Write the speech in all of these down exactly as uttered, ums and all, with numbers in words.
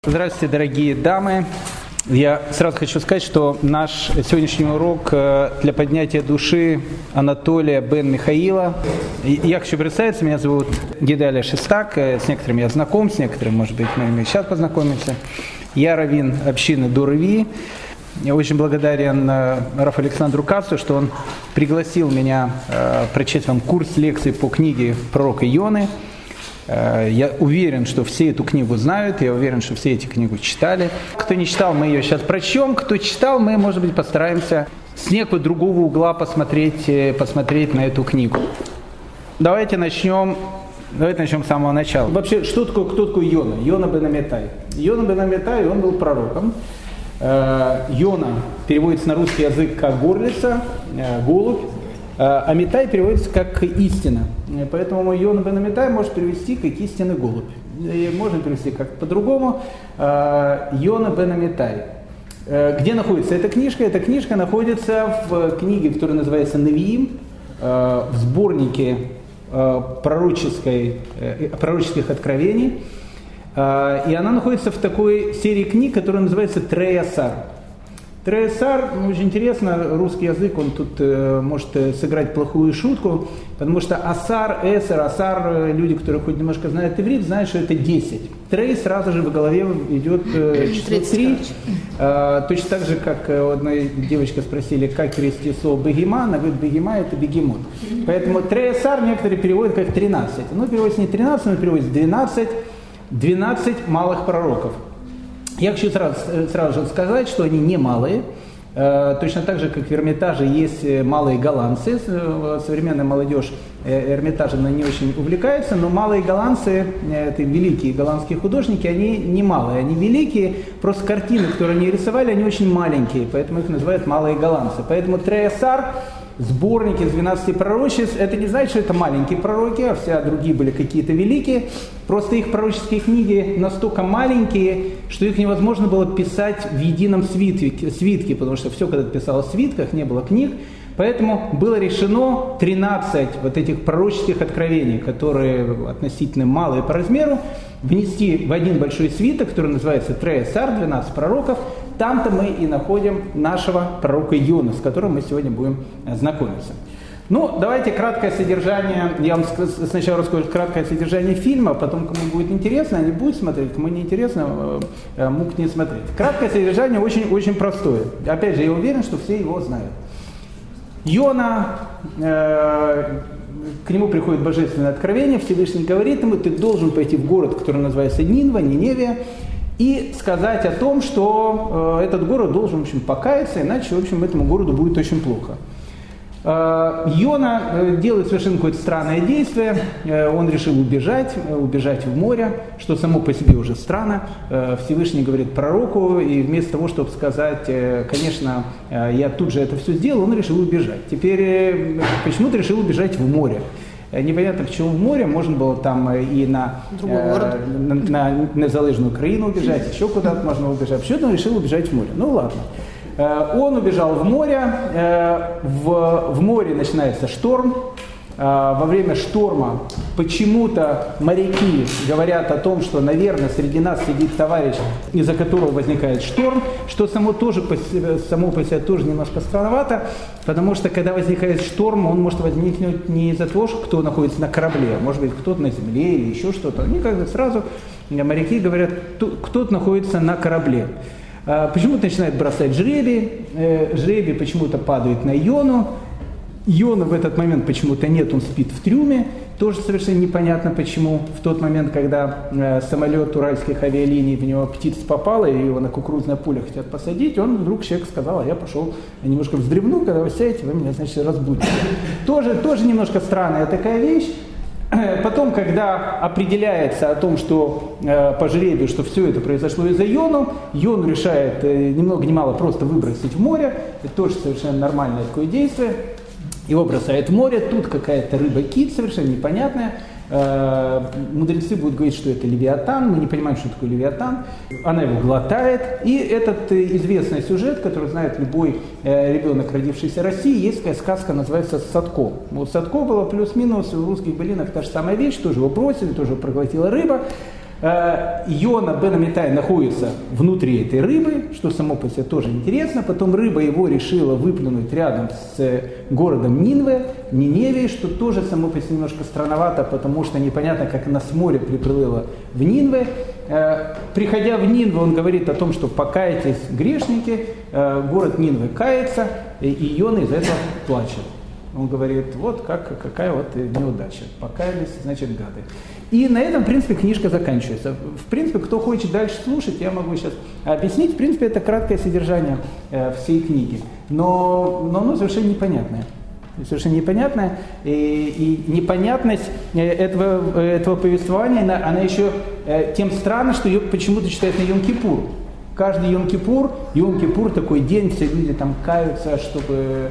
Здравствуйте, дорогие дамы. Я сразу хочу сказать, что наш сегодняшний урок для поднятия души Анатолия бен Михаила. Я хочу представиться, меня зовут Гидаля Шестак, с некоторыми я знаком, с некоторыми, может быть, мы сейчас познакомимся. Я раввин общины Дор Леви. Я очень благодарен Рафу Александру Кацу, что он пригласил меня прочесть вам курс лекций по книге пророка Йоны. Я уверен, что все эту книгу знают, я уверен, что все эти книгу читали. Кто не читал, мы ее сейчас прочтем. Кто читал, мы, может быть, постараемся с некого другого угла посмотреть, посмотреть на эту книгу. Давайте начнем, давайте начнем с самого начала. Вообще, что такое, кто такой Йона? Йона бен Амиттай. Йона бен Амиттай, он был пророком. Йона переводится на русский язык как горлица, голубь. Амиттай переводится как истина. Поэтому Йона бен Амиттай может перевести как истинный голубь. И можно перевести как по-другому. Йона бен Амиттай. Где находится эта книжка? Эта книжка находится в книге, которая называется Невиим, в сборнике пророческой, пророческих откровений. И она находится в такой серии книг, которая называется Трей Асар. Трей Асар, ну, очень интересно, русский язык, он тут э, может сыграть плохую шутку, потому что Асар, Эсер, Асар, люди, которые хоть немножко знают иврит, знают, что это десять. Трей сразу же в голове идет э, число три. Э, точно так же, как у одной девочки спросили, как перевести слово бегема, она говорит, бегема это бегемот. Поэтому Трей Асар некоторые переводят как тринадцать. Ну, переводится не тринадцать, но переводится двенадцать, двенадцать малых пророков. Я хочу сразу, сразу же сказать, что они не малые. Э, точно так же, как в Эрмитаже есть малые голландцы. Современная молодежь Эрмитажем не очень увлекается, но малые голландцы, это великие голландские художники, они не малые, они великие. Просто картины, которые они рисовали, они очень маленькие, поэтому их называют малые голландцы. Поэтому Трей Асар, сборники из двенадцати пророчеств, это не значит, что это маленькие пророки, а все другие были какие-то великие. Просто их пророческие книги настолько маленькие, что их невозможно было писать в едином свитке, свитке, потому что все когда-то писалось в свитках, не было книг. Поэтому было решено тринадцать вот этих пророческих откровений, которые относительно малые по размеру, внести в один большой свиток, который называется Трей Асар, двенадцать пророков. Там-то мы и находим нашего пророка Йону, с которым мы сегодня будем знакомиться. Ну, давайте краткое содержание, я вам сначала расскажу краткое содержание фильма, потом, кому будет интересно, они будут смотреть, кому не интересно, мог не смотреть. Краткое содержание очень-очень простое. Опять же, я уверен, что все его знают. Йона, э, к нему приходит божественное откровение, Всевышний говорит ему, ты должен пойти в город, который называется Нинва, Ниневия, и сказать о том, что э, этот город должен, в общем, покаяться, иначе, в общем, этому городу будет очень плохо. Э, Йона э, делает совершенно какое-то странное действие, э, он решил убежать, э, убежать в море, что само по себе уже странно. Э, Всевышний говорит пророку, и вместо того, чтобы сказать, э, конечно, э, я тут же это все сделал, он решил убежать. Теперь э, почему-то решил убежать в море. Непонятно, почему в море, можно было там и на, э, на, на незалежную Украину убежать, еще куда-то можно убежать. Почему-то он решил убежать в море. Ну ладно. Э, он убежал в море, э, в, в море начинается шторм. Э, во время шторма почему-то моряки говорят о том, что, наверное, среди нас сидит товарищ, из-за которого возникает шторм, что само, тоже, само по себе тоже немножко странновато, потому что, когда возникает шторм, он может возникнуть не из-за того, что кто находится на корабле, а может быть, кто-то на земле или еще что-то. Они как-то сразу, моряки говорят, кто-то находится на корабле. Почему-то начинает бросать жребий, жребий почему-то падает на Йону. Йона в этот момент почему-то нет, он спит в трюме, тоже совершенно непонятно почему. В тот момент, когда э, самолет уральских авиалиний, в него птица попала, и его на кукурузное поле хотят посадить, он вдруг человек сказал, а я пошел немножко вздремну, когда вы сядете, вы меня, значит, разбудите. Тоже, тоже немножко странная такая вещь. Потом, когда определяется о том, что э, по жребию, что все это произошло из-за Йону, Йону решает э, ни много ни мало просто выбросить в море, это тоже совершенно нормальное такое действие. Его бросает в море, тут какая-то рыба-кит совершенно непонятная. Мудрецы будут говорить, что это левиатан, мы не понимаем, что такое левиатан. Она его глотает. И этот известный сюжет, который знает любой ребенок, родившийся в России, есть такая сказка, называется «Садко». Вот Садко было плюс-минус, в русских былинах та же самая вещь, тоже его бросили, тоже его проглотила рыба. Йона бен Амиттай находится внутри этой рыбы, что само по себе тоже интересно. Потом рыба его решила выплюнуть рядом с городом Нинве, Ниневией, что тоже само по себе немножко странновато, потому что непонятно, как она с моря приплыла в Нинве. Приходя в Нинве, он говорит о том, что покайтесь, грешники, город Нинве кается, и Йона из-за этого плачет. Он говорит, вот как, какая вот неудача, покаялись, значит, гады. И на этом, в принципе, книжка заканчивается. В принципе, кто хочет дальше слушать, я могу сейчас объяснить. В принципе, это краткое содержание э, всей книги. Но, но оно совершенно непонятное. Совершенно непонятное. И, и непонятность этого, этого повествования, она, она еще э, тем странна, что ее почему-то читают на Йом-Кипур. Каждый Йом-Кипур, Йом-Кипур такой день, все люди там каются, чтобы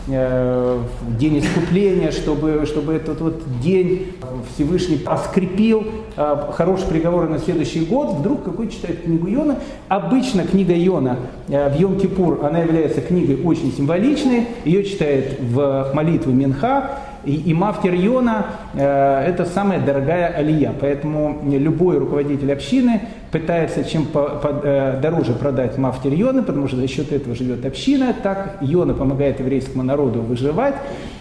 э, день искупления, чтобы, чтобы этот вот день Всевышний оскрепил э, хорошие приговоры на следующий год. Вдруг какой читает книгу Йона. Обычно книга Йона э, в Йом-Кипур, она является книгой очень символичной. Ее читает в молитве Минха. И, и мафтир Йона э, это самая дорогая алия, поэтому любой руководитель общины пытается чем по, по, э, дороже продать мафтир Йоны, потому что за счет этого живет община, так Йона помогает еврейскому народу выживать.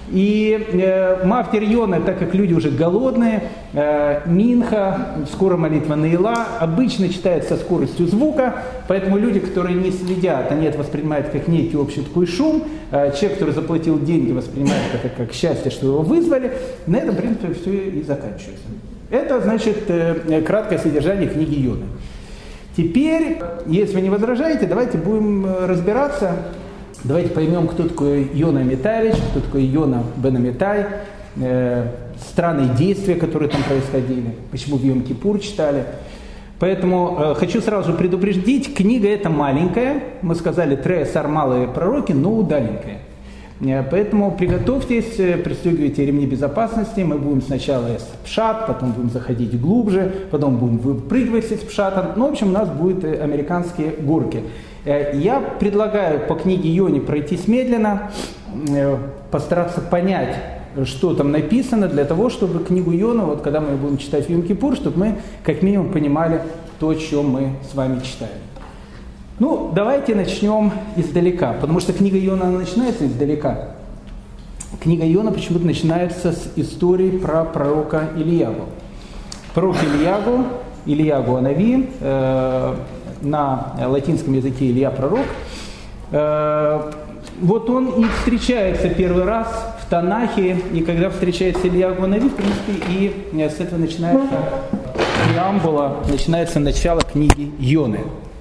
И э, мафтир Йона, так как люди уже голодные, э, Минха, скоро молитва Наила, обычно читает со скоростью звука, поэтому люди, которые не следят, они это воспринимают как некий общий такой шум, э, человек, который заплатил деньги, воспринимает это как счастье, что его вызвали. На этом, в принципе, все и заканчивается. Это, значит, э, краткое содержание книги Йоны. Теперь, если вы не возражаете, давайте будем разбираться. Давайте поймем, кто такой Йона Амитаевич, кто такой Йона бен Амиттай, э, странные действия, которые там происходили, почему в Йом-Кипур читали. Поэтому э, хочу сразу предупредить, книга эта маленькая, мы сказали, Трея Сар малые пророки, но удаленькая. Э, поэтому приготовьтесь, пристегивайте ремни безопасности, мы будем сначала с пшат, потом будем заходить глубже, потом будем выпрыгивать из пшата. Ну, в общем, у нас будут американские горки. Я предлагаю по книге Йони пройтись медленно, постараться понять, что там написано, для того, чтобы книгу Йона, вот когда мы будем читать в Йом-Кипур, чтобы мы как минимум понимали то, о чем мы с вами читаем. Ну, давайте начнем издалека, потому что книга Йона она начинается издалека. Книга Йона почему-то начинается с истории про пророка Ильягу. Пророк Ильягу, Ильягу Анави, э, на латинском языке Илья пророк. Вот он и встречается первый раз в Танахе, и когда встречается Илья Анави, в принципе, и с этого начинается преамбула, начинается начало книги Йоны.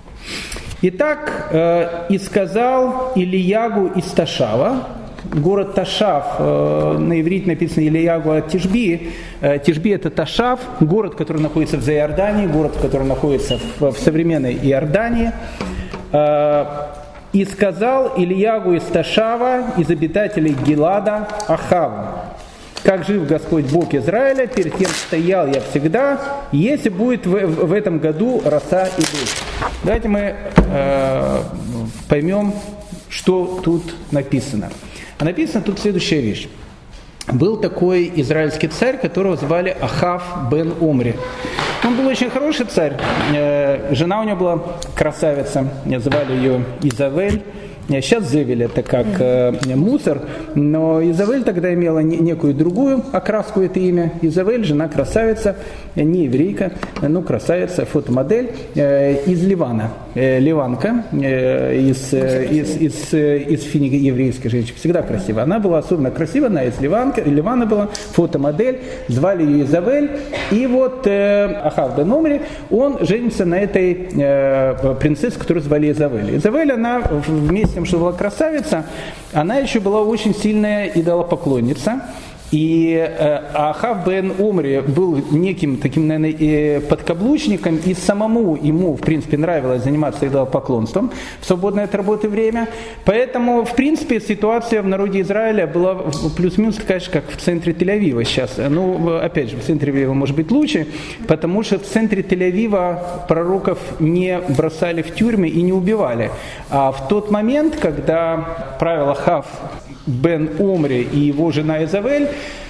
Итак, «И сказал Ильягу из Ташава». Город Ташав, э, на иврите написано Ильягу от Тишби. Э, Тишби это Ташав, город, который находится в Заиордании, город, который находится в, в современной Иордании. Э, «И сказал Ильягу из Ташава, из обитателей Гилада, Ахаву: как жив Господь Бог Израиля, перед тем стоял я всегда, если будет в, в, в этом году роса и дождь». Давайте мы э, поймем, что тут написано. А написано тут следующая вещь. Был такой израильский царь, которого звали Ахав бен Омри. Он был очень хороший царь. Жена у него была красавица, звали ее Изавель. Сейчас Зевель это как э, мусор, но Изавель тогда имела не, некую другую окраску, это имя. Изавель, жена красавица, не еврейка, но красавица, фотомодель э, из Ливана. Э, ливанка, э, из, э, из, из, э, из фине-еврейской женщины, всегда красивая. Она была особенно красивая, она из Ливанка, Ливана была, фотомодель, звали ее Изавель. И вот э, Ахав бен Омри, он женится на этой э, принцессе, которую звали Изавель. Изавель, она вместе что была красавица, она еще была очень сильная идолопоклонница. И э, Ахав бен Омри был неким таким, наверное, э, подкаблучником, и самому ему, в принципе, нравилось заниматься идолопоклонством в свободное от работы время. Поэтому, в принципе, ситуация в народе Израиля была плюс-минус такая же, как в центре Тель-Авива сейчас. Ну, опять же, в центре Тель-Авива может быть лучше, потому что в центре Тель-Авива пророков не бросали в тюрьмы и не убивали. А в тот момент, когда правил Ахав бен Омри и его жена Изавель,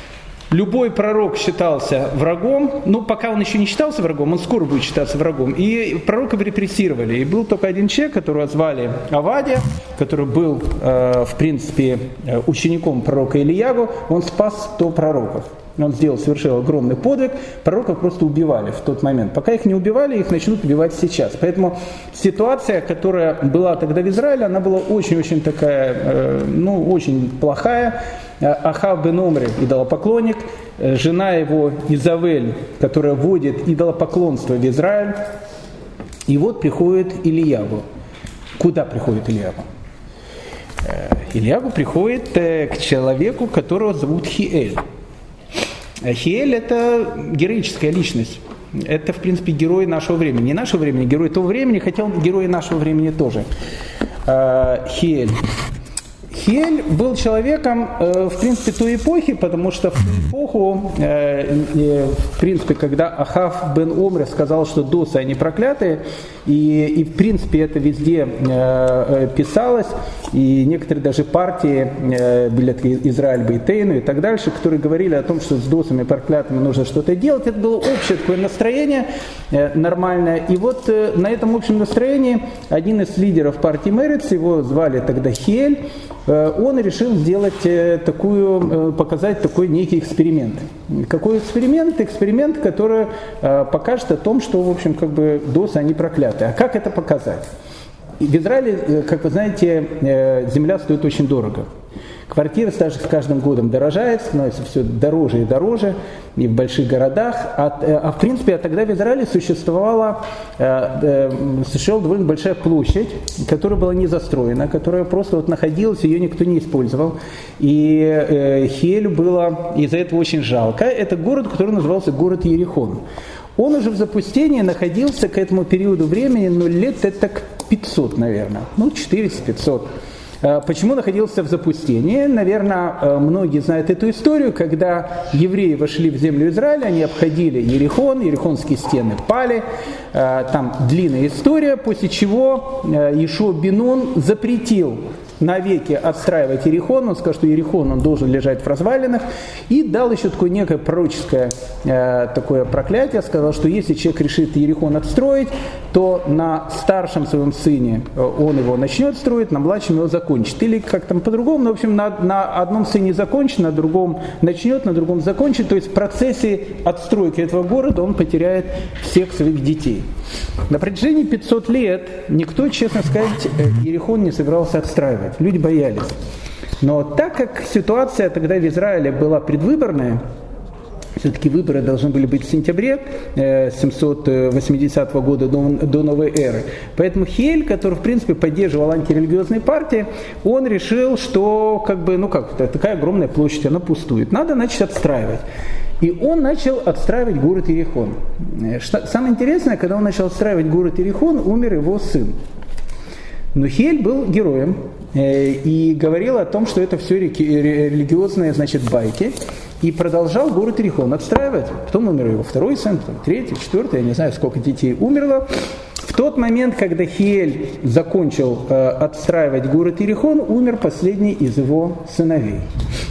Любой пророк считался врагом, ну, пока он еще не считался врагом, он скоро будет считаться врагом. И пророков репрессировали. И был только один человек, которого звали Авадия, который был, э, в принципе, учеником пророка Ильягу. Он спас сто пророков. Он сделал, совершил огромный подвиг. Пророков просто убивали в тот момент. Пока их не убивали, их начнут убивать сейчас. Поэтому ситуация, которая была тогда в Израиле, она была очень-очень такая, э, ну, очень плохая. Ахав бен Омри, идолопоклонник, жена его Изавель, которая вводит идолопоклонство в Израиль. И вот приходит Ильягу. Куда приходит Ильягу? Ильягу приходит к человеку, которого зовут Хиэль. Хиэль – это героическая личность. Это, в принципе, герой нашего времени. Не нашего времени, герой того времени, хотя он герой нашего времени тоже. Хиэль. Хиэль был человеком, в принципе, той эпохи, потому что в ту эпоху, в принципе, когда Ахав бен Омри сказал, что досы, они проклятые, и, и в принципе это везде писалось, и некоторые даже партии, были Израиль Бейтейну и так дальше, которые говорили о том, что с досами проклятыми нужно что-то делать, это было общее такое настроение нормальное, и вот на этом общем настроении один из лидеров партии Мерец, его звали тогда Хиэль, он решил сделать такую, показать такой некий эксперимент. Какой эксперимент? Эксперимент, который покажет о том, что, в общем, как бы досы, они проклятые. А как это показать? В Израиле, как вы знаете, земля стоит очень дорого. Квартира даже с каждым годом дорожает, становится все дороже и дороже, и в больших городах. А, а в принципе, тогда в Израиле существовала, существовала довольно большая площадь, которая была не застроена, которая просто вот находилась, ее никто не использовал. И э, Хиэлю было из-за этого очень жалко. Это город, который назывался город Иерихон. Он уже в запустении находился к этому периоду времени, ну, лет это так пятьсот, наверное, ну, четыреста-пятьсот. Почему находился в запустении? Наверное, многие знают эту историю, когда евреи вошли в землю Израиля, они обходили Иерихон, иерихонские стены пали, там длинная история, после чего Йешуа бен Нун запретил навеки отстраивать Иерихон, он сказал, что Иерихон он должен лежать в развалинах, и дал еще такое некое пророческое э, такое проклятие, сказал, что если человек решит Иерихон отстроить, то на старшем своем сыне он его начнет строить, на младшем его закончит. Или как там по-другому, но в общем на, на одном сыне закончит, на другом начнет, на другом закончит, то есть в процессе отстройки этого города он потеряет всех своих детей. На протяжении пятисот лет никто, честно сказать, Иерихон не собирался отстраивать. Люди боялись. Но так как ситуация тогда в Израиле была предвыборная, все-таки выборы должны были быть в сентябре семьсот восьмидесятого года до, до новой эры. Поэтому Хиэль, который в принципе поддерживал антирелигиозные партии, он решил, что как бы, ну как, такая огромная площадь, она пустует. Надо, значит, отстраивать. И он начал отстраивать город Иерихон. Самое интересное, когда он начал отстраивать город Иерихон, умер его сын. Но Хиэль был героем э, и говорил о том, что это все религиозные, значит, байки, и продолжал город Иерихон отстраивать. Потом умер его второй сын, потом третий, четвертый, я не знаю, сколько детей умерло. В тот момент, когда Хиэль закончил э, отстраивать город Иерихон, умер последний из его сыновей.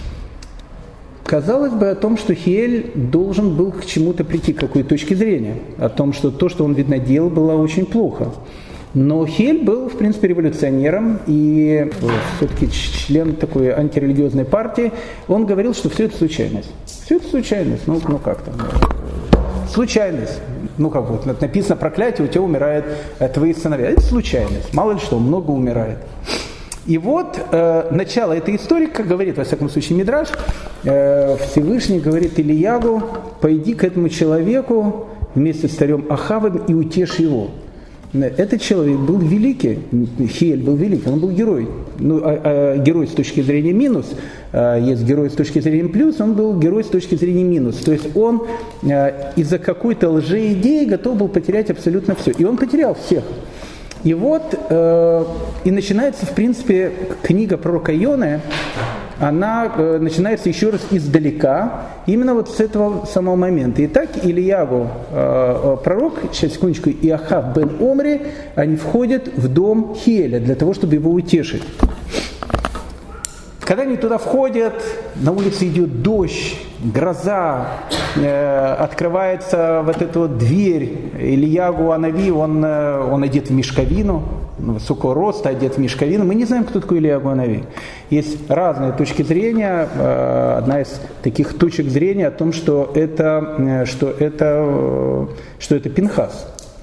Казалось бы о том, что Хиэль должен был к чему-то прийти, к какой точке зрения, о том, что то, что он, видно, делал, было очень плохо. Но Хиэль был, в принципе, революционером и все-таки член такой антирелигиозной партии. Он говорил, что все это случайность. Все это случайность. Ну, ну как там? Случайность. Ну как вот написано проклятие, у тебя умирают твои сыновья. Это случайность. Мало ли что, много умирает. И вот э, начало этой истории, как говорит, во всяком случае, Мидраш, э, Всевышний говорит Ильягу: пойди к этому человеку вместе с царем Ахавом и утешь его. Этот человек был великий, Хиэль был великий, он был герой. Ну, а, а, герой с точки зрения минус, а, есть герой с точки зрения плюс, он был герой с точки зрения минус. То есть он а, из-за какой-то лжеидеи готов был потерять абсолютно все. И он потерял всех. И вот, э, и начинается, в принципе, книга пророка Ионы, она э, начинается еще раз издалека, именно вот с этого самого момента. Итак, Ильягу, э, пророк, сейчас секундочку, и Ахав бен Омри, они входят в дом Хиэля для того, чтобы его утешить. Когда они туда входят, на улице идет дождь, гроза, э, открывается вот эта вот дверь, Ильягу Анави, он, э, он одет в мешковину, высокого роста, одет в мешковину. Мы не знаем, кто такой Ильягу Анави. Есть разные точки зрения. Э, одна из таких точек зрения о том, что это, э, что это, э, что это Пинхас.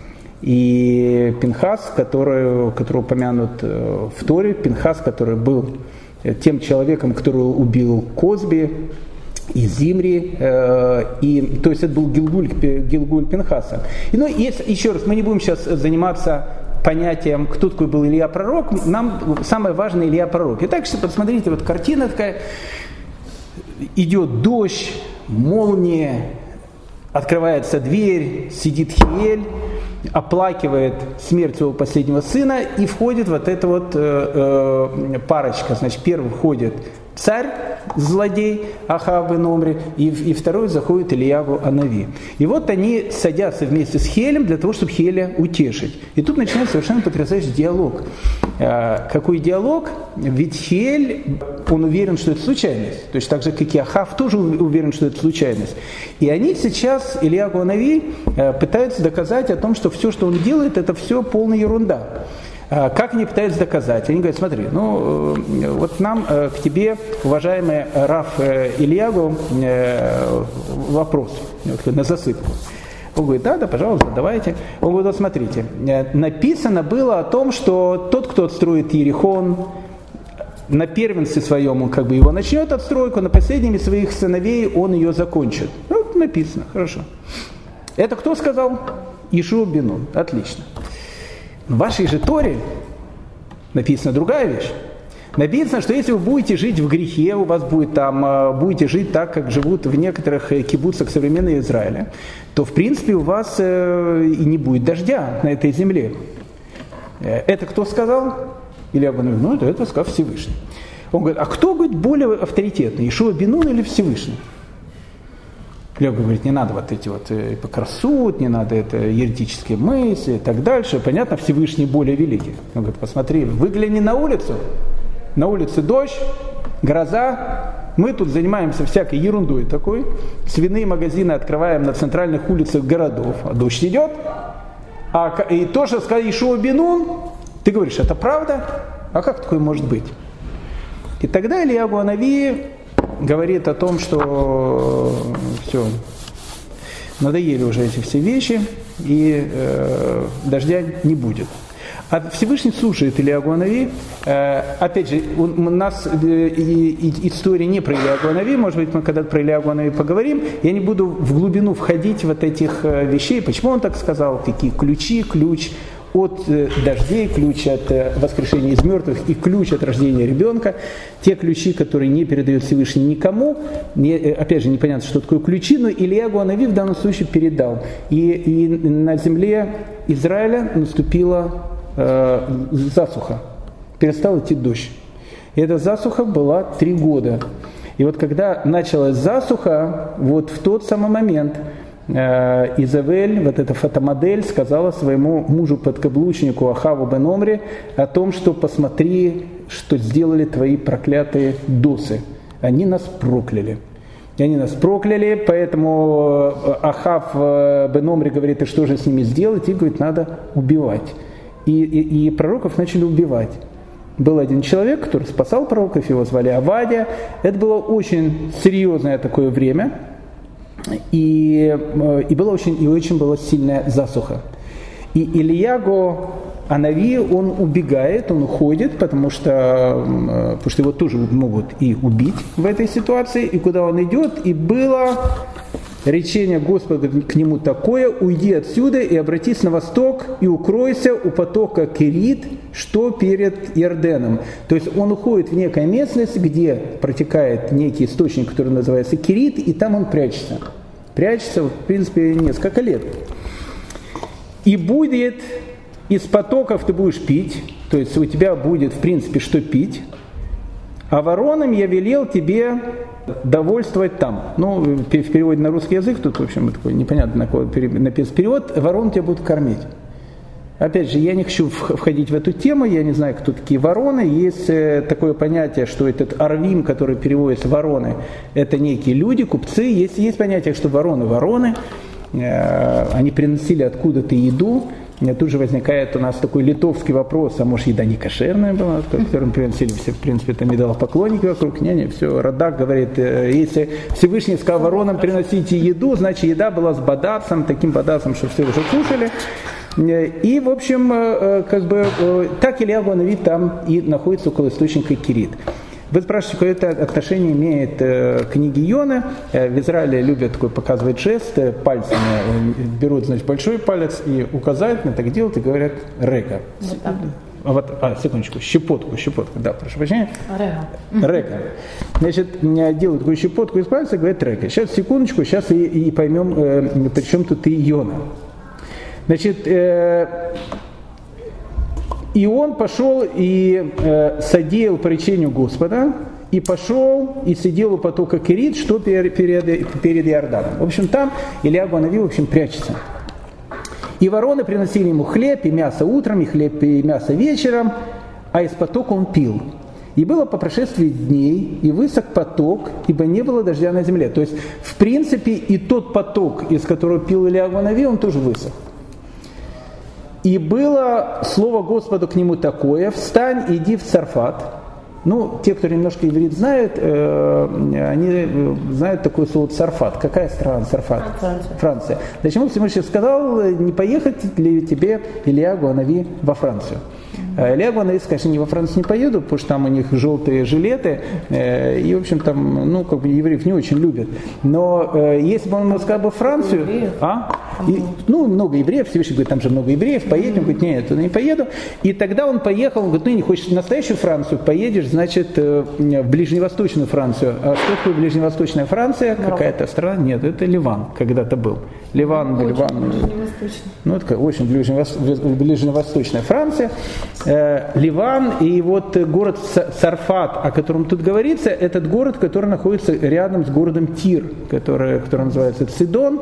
И Пинхас, который, который упомянут в Торе, Пинхас, который был тем человеком, который убил Козби и Зимри, э, и, то есть это был Гилгуль, Гилгуль Пинхаса. И, ну, есть, еще раз, мы не будем сейчас заниматься понятием, кто такой был Илья Пророк, нам самое важное Илья Пророк. Итак, посмотрите, вот картина такая, идет дождь, молния, открывается дверь, сидит Хиэль, оплакивает смерть своего последнего сына, и входит вот эта вот э, э, парочка. Значит, первый входит царь, злодей Ахав бен Омри, и, и второй заходит Ильягу Анави. И вот они садятся вместе с Хиэлем для того, чтобы Хиэля утешить. И тут начинается совершенно потрясающий диалог. Э, какой диалог? Ведь Хиэль, он уверен, что это случайность. То есть так же, как и Ахав, тоже уверен, что это случайность. И они сейчас, Ильягу Анави, э, пытаются доказать о том, что все, что он делает, это все полная ерунда. Как они пытаются доказать? Они говорят, смотри, ну вот нам к тебе, уважаемый Рав Ильягу, вопрос на засыпку. Он говорит, да, да, пожалуйста, давайте. Он говорит, вот смотрите, написано было о том, что тот, кто отстроит Иерихон, на первенстве своем он как бы его начнет отстройку, на последнем из своих сыновей он ее закончит. Ну, написано, хорошо. Это кто сказал? Йешуа бен Нун. Отлично. В вашей же Торе написана другая вещь. Написано, что если вы будете жить в грехе, у вас будет там, будете жить так, как живут в некоторых кибуцах современного Израиля, то в принципе у вас и не будет дождя на этой земле. Это кто сказал? Илья бен Нун, ну это, это сказал Всевышний. Он говорит, а кто, говорит, более авторитетный, Йешуа бен Нун или Всевышний? Илья говорит, не надо вот эти вот ипокрасут, не надо это еретические мысли и так дальше. Понятно, Всевышний более великий. Он говорит, посмотри, выгляни на улицу. На улице дождь, гроза. Мы тут занимаемся всякой ерундой такой. Свиные магазины открываем на центральных улицах городов. А дождь идет. А, и то, что сказал Йешуа бен Нун, ты говоришь, это правда? А как такое может быть? И тогда Ильягу Анави говорит о том, что все, надоели уже эти все вещи, и э, дождя не будет. А Всевышний слушает Ильягу Анави. Э, опять же, у, у нас э, и, и, история не про Ильягу Анави, может быть, мы когда-то про Ильягу Анави поговорим. Я не буду в глубину входить вот этих э, вещей, почему он так сказал, какие ключи, ключ от э, дождей, ключ от э, воскрешения из мертвых и ключ от рождения ребенка. Те ключи, которые не передает Всевышний никому. Не, э, опять же, непонятно, что такое ключи, но Ильягу Анави в данном случае передал. И, и на земле Израиля наступила э, засуха. Перестал идти дождь. И эта засуха была три года. И вот когда началась засуха, вот в тот самый момент Изавель, вот эта фотомодель, сказала своему мужу-подкаблучнику Ахаву бен Омри о том, что посмотри, что сделали твои проклятые досы. Они нас прокляли. И они нас прокляли, поэтому Ахав бен Омри говорит, и что же с ними сделать? И говорит, надо убивать. И, и, и пророков начали убивать. Был один человек, который спасал пророков, его звали Авадия. Это было очень серьезное такое время. И, и, было очень, и очень была сильная засуха. И Ильягу Анави, он убегает, он уходит, потому что, потому что его тоже могут и убить в этой ситуации. И куда он идет? И было речение Господа к нему такое: уйди отсюда и обратись на восток, и укройся у потока Керит, что перед Иорденом. То есть он уходит в некую местность, где протекает некий источник, который называется Керит, и там он прячется. Прячется, в принципе, несколько лет. И будет из потоков ты будешь пить, то есть у тебя будет, в принципе, что пить, а воронам я велел тебе довольствовать там. Ну, в переводе на русский язык, тут, в общем, такой непонятно, на какой написан перевод, ворон тебя будут кормить. Опять же, я не хочу входить в эту тему, я не знаю, кто такие вороны. Есть такое понятие, что этот арвим, который переводится вороны, это некие люди, купцы. Есть, есть понятие, что вороны вороны, они приносили откуда-то еду. Тут же возникает у нас такой литовский вопрос, а может еда не кошерная была, которым приносили все, в принципе, там идолопоклонники вокруг. Не, не, все, Радак говорит, если Всевышний сказал воронам приносите еду, значит еда была с бадацем, таким бадацем, что все уже кушали. И, в общем, как бы так Ильяху Анави там и находится около источника Керит. Вы спрашиваете, какое это отношение имеет э, к книге Йоны. Э, в Израиле любят такой показывать жест, э, пальцами берут, значит, большой палец и указательно так делают и говорят «река». Вот так. А, вот, а, секундочку, щепотку, щепотку, да, прошу прощения. Река. Река. Значит, делают такую щепотку из пальца и говорят «река». Сейчас, секундочку, сейчас и, и поймем, э, при чем тут и Йона. Значит, э, и он пошел и э, содеял по речению Господа, и пошел и сидел у потока Керит, что перед, перед, перед Иорданом. В общем, там Ильяху Анави, в общем, прячется. И вороны приносили ему хлеб и мясо утром, и хлеб и мясо вечером, а из потока он пил. И было по прошествии дней, и высох поток, ибо не было дождя на земле. То есть, в принципе, и тот поток, из которого пил Ильяху Анави, он тоже высох. И было слово Господу к нему такое: «Встань, иди в Царфат». Ну, те, кто немножко иврит знают, э, они знают такое слово Царфат. Какая страна Царфат? Франция. Франция. Зачем Всевышний сказал, не поехать ли тебе Ильяху Анави во Францию? Ильяху Анави, конечно, не во Францию не поеду, потому что там у них желтые жилеты, э, и, в общем, там, ну, как бы евреев не очень любят. Но э, если бы он ему сказал бы Францию, а? И, ну, много евреев, Всевышний говорит, там же много евреев, поедем, говорит, нет, туда не поеду. И тогда он поехал, он говорит, ну, не хочешь настоящую Францию, поедешь, значит, в ближневосточную Францию. А что такое ближневосточная Франция? Марокко. Какая-то страна? Нет, это Ливан когда-то был. Ливан, очень Ливан. Ну, это очень ближневосточная Франция. Э, Ливан и вот город Царфат, о котором тут говорится, этот город, который находится рядом с городом Тир, который, который называется Цидон.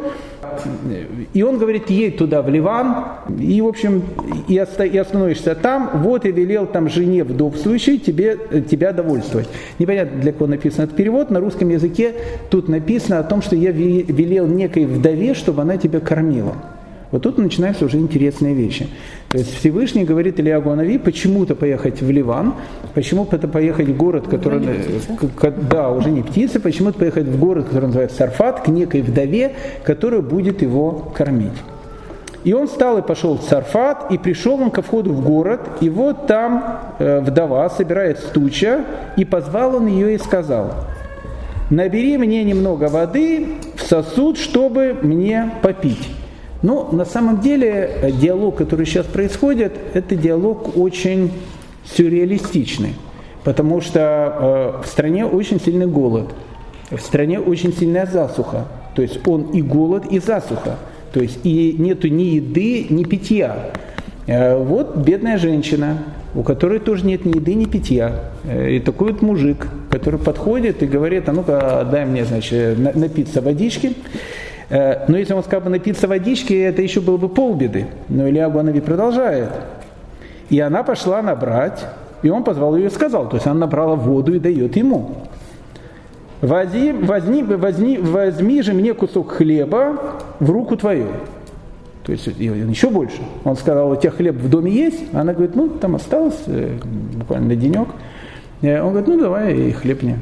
И он говорит, едь туда, в Ливан, и, в общем, и остановишься там. Вот и велел там жене вдовствующей тебе, тебя довольствовать. Непонятно, для кого написан этот перевод. На русском языке тут написано о том, что я велел некой вдове, чтобы она тебя кормила. Вот тут начинаются уже интересные вещи. То есть Всевышний говорит Ильяху Анави почему-то поехать в Ливан, почему-то поехать в город, который... Да, уже не птица, почему-то поехать в город, который называется Царфат, к некой вдове, которая будет его кормить. И он встал и пошел в Царфат, и пришел он ко входу в город, и вот там э, вдова собирает стуча, и позвал он ее и сказал: «Набери мне немного воды в сосуд, чтобы мне попить». Но на самом деле диалог, который сейчас происходит, это диалог очень сюрреалистичный, потому что э, в стране очень сильный голод, в стране очень сильная засуха, то есть он и голод, и засуха, то есть и нету ни еды, ни питья. Э, вот бедная женщина, у которой тоже нет ни еды, ни питья, э, и такой вот мужик, который подходит и говорит: а ну-ка дай мне, значит, напиться водички. Но если он сказал бы напиться водички, это еще было бы полбеды. Но Ильяху Анави продолжает. И она пошла набрать, и он позвал ее и сказал, то есть она набрала воду и дает ему: возьми, возьми, возьми, возьми же мне кусок хлеба в руку твою. То есть еще больше. Он сказал: у тебя хлеб в доме есть? Она говорит: ну там осталось буквально на денек. Он говорит: ну давай и хлеб мне.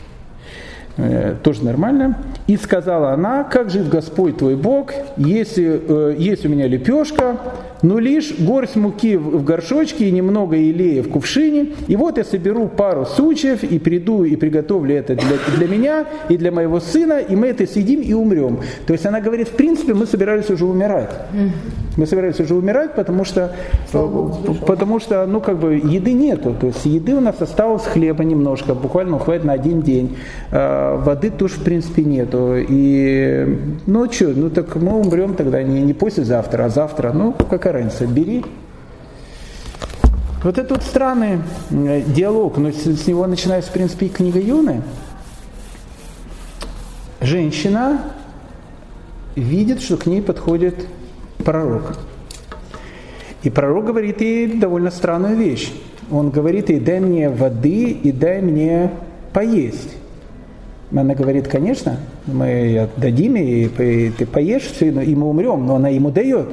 Тоже нормально. И сказала она: как жив Господь твой Бог, если э, есть у меня лепешка, но лишь горсть муки в, в горшочке и немного елея в кувшине, и вот я соберу пару сучьев и приду и приготовлю это для, для меня и для моего сына, и мы это съедим и умрем. То есть она говорит, в принципе, мы собирались уже умирать. Мы собирались уже умирать, потому что, потому что ну, как бы, еды нету. То есть еды у нас осталось, хлеба немножко, буквально хватит на один день. Воды тоже, в принципе, нету. И, ну что, ну так мы умрем тогда не, не послезавтра, а завтра. Ну, какая разница, бери. Вот это вот странный диалог, но с, с него начинается, в принципе, и книга Йоны. Женщина видит, что к ней подходит пророк. И пророк говорит ей довольно странную вещь. Он говорит ей: дай мне воды и дай мне поесть. Она говорит: конечно, мы дадим ей, и ты поешь, и мы умрем, но она ему дает.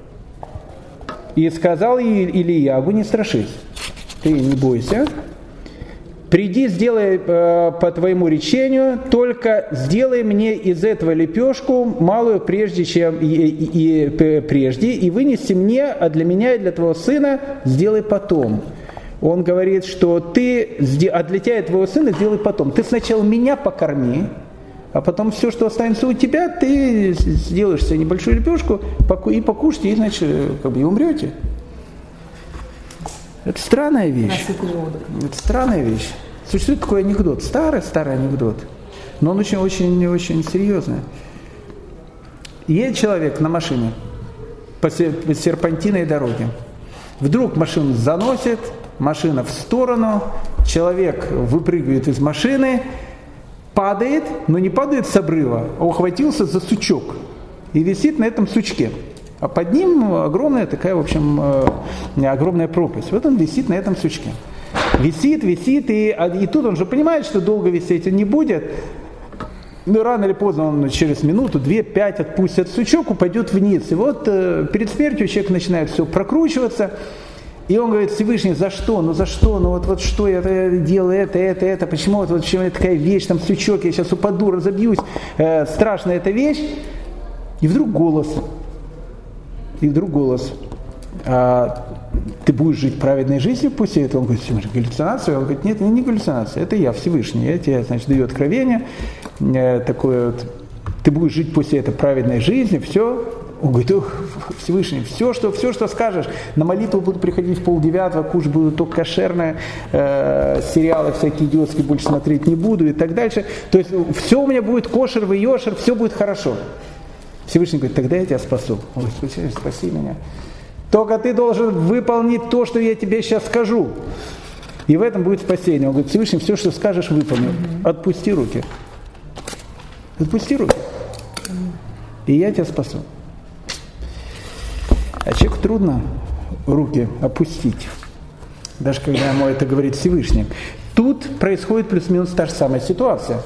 И сказал ей Ильягу: не страшись, ты не бойся, приди, сделай э, по твоему речению, только сделай мне из этого лепешку малую прежде, чем и, и, и, прежде, и вынеси мне, а для меня и для твоего сына сделай потом. Он говорит, что ты, а для тебя и твоего сына сделай потом. Ты сначала меня покорми, а потом все, что останется у тебя, ты сделаешь себе небольшую лепешку и покушайте, и, значит, как бы и умрете. Это странная вещь. Это странная вещь. Существует такой анекдот, старый-старый анекдот, но он очень-очень-очень серьезный. Едет человек на машине по серпантиной дороге. Вдруг машину заносит, машина в сторону, человек выпрыгивает из машины, падает, но не падает с обрыва, а ухватился за сучок и висит на этом сучке. А под ним огромная такая, в общем, огромная пропасть. Вот он висит на этом сучке. Висит, висит, и, и тут он же понимает, что долго висеть он не будет. Ну, рано или поздно он через минуту, две, пять отпустит сучок, упадет вниз. И вот э, перед смертью человек начинает все прокручиваться. И он говорит: Всевышний, за что? Ну за что? Ну вот, вот что я делаю, это, это, это, почему вот, вот почему такая вещь, там сучок, я сейчас упаду, разобьюсь, э, страшная эта вещь. И вдруг голос, и вдруг голос, а, ты будешь жить праведной жизнью после этого? Он говорит: галлюцинация? Он говорит: нет, не галлюцинация, это я, Всевышний, я тебе, значит, даю откровение, э, такое вот, ты будешь жить после этого праведной жизнью, все. Он говорит: ох, Всевышний, все что, все, что скажешь, на молитву буду приходить в полдевятого, кушать буду только кошерное, э, сериалы всякие идиотские больше смотреть не буду и так дальше. То есть все у меня будет кошер, выешер, все будет хорошо. Всевышний говорит: тогда я тебя спасу. Он говорит: спаси меня. Только ты должен выполнить то, что я тебе сейчас скажу. И в этом будет спасение. Он говорит: Всевышний, все, что скажешь, выполню. Отпусти руки. Отпусти руки. И я тебя спасу. А человеку трудно руки опустить, даже когда ему это говорит Всевышний. Тут происходит плюс-минус та же самая ситуация.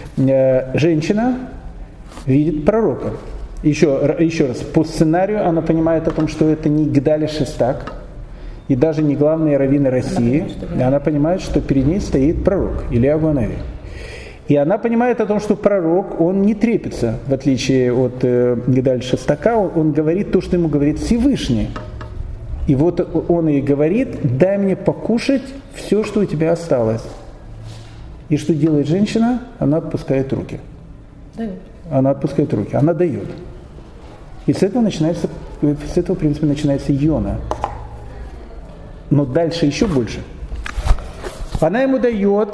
Женщина видит пророка. Еще, еще раз, по сценарию она понимает о том, что это не Гдали Шестак, и даже не главные раввины России. Она понимает, она понимает, что перед ней стоит пророк, Ильягу ха-Нави. И она понимает о том, что пророк, он не трепится, в отличие от э, Гдали Шестака, он, он говорит то, что ему говорит Всевышний. И вот он ей говорит: дай мне покушать все, что у тебя осталось. И что делает женщина? Она отпускает руки. Дает. Она отпускает руки, она дает. И с этого начинается, с этого, в принципе, начинается Йона. Но дальше еще больше. Она ему дает.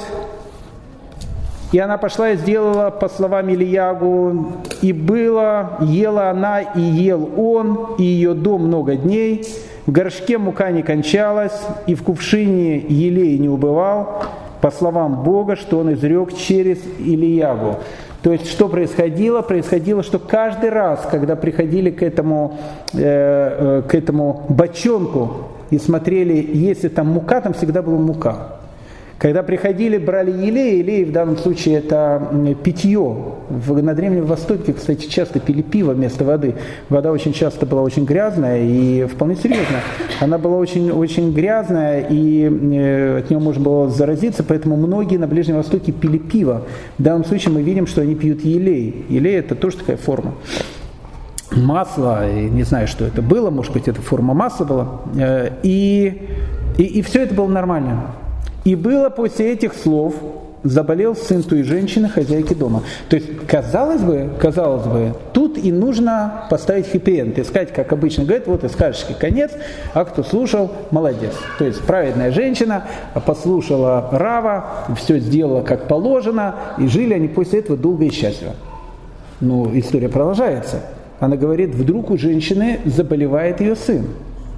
И она пошла и сделала, по словам Ильягу, и было, ела она, и ел он, и ее дом много дней, в горшке мука не кончалась, и в кувшине елей не убывал, по словам Бога, что он изрек через Ильягу. То есть, что происходило? Происходило, что каждый раз, когда приходили к этому, э, к этому бочонку и смотрели, если там мука, там всегда была мука. Когда приходили, брали елей, елей в данном случае это питье. На Древнем Востоке, кстати, часто пили пиво вместо воды. Вода очень часто была очень грязная, и вполне серьезно. Она была очень, очень грязная, и от нее можно было заразиться, поэтому многие на Ближнем Востоке пили пиво. В данном случае мы видим, что они пьют елей. Елей – это тоже такая форма. Масло, не знаю, что это было, может быть, это форма масла была. И, и, и все это было нормально. И было после этих слов, заболел сын той женщины, хозяйки дома. То есть, казалось бы, казалось бы, тут и нужно поставить хэппи-энд, и сказать, как обычно говорят, вот и сказочки конец, а кто слушал, молодец. То есть, праведная женщина послушала Рава, все сделала как положено, и жили они после этого долго и счастливо. Но история продолжается. Она говорит, вдруг у женщины заболевает ее сын.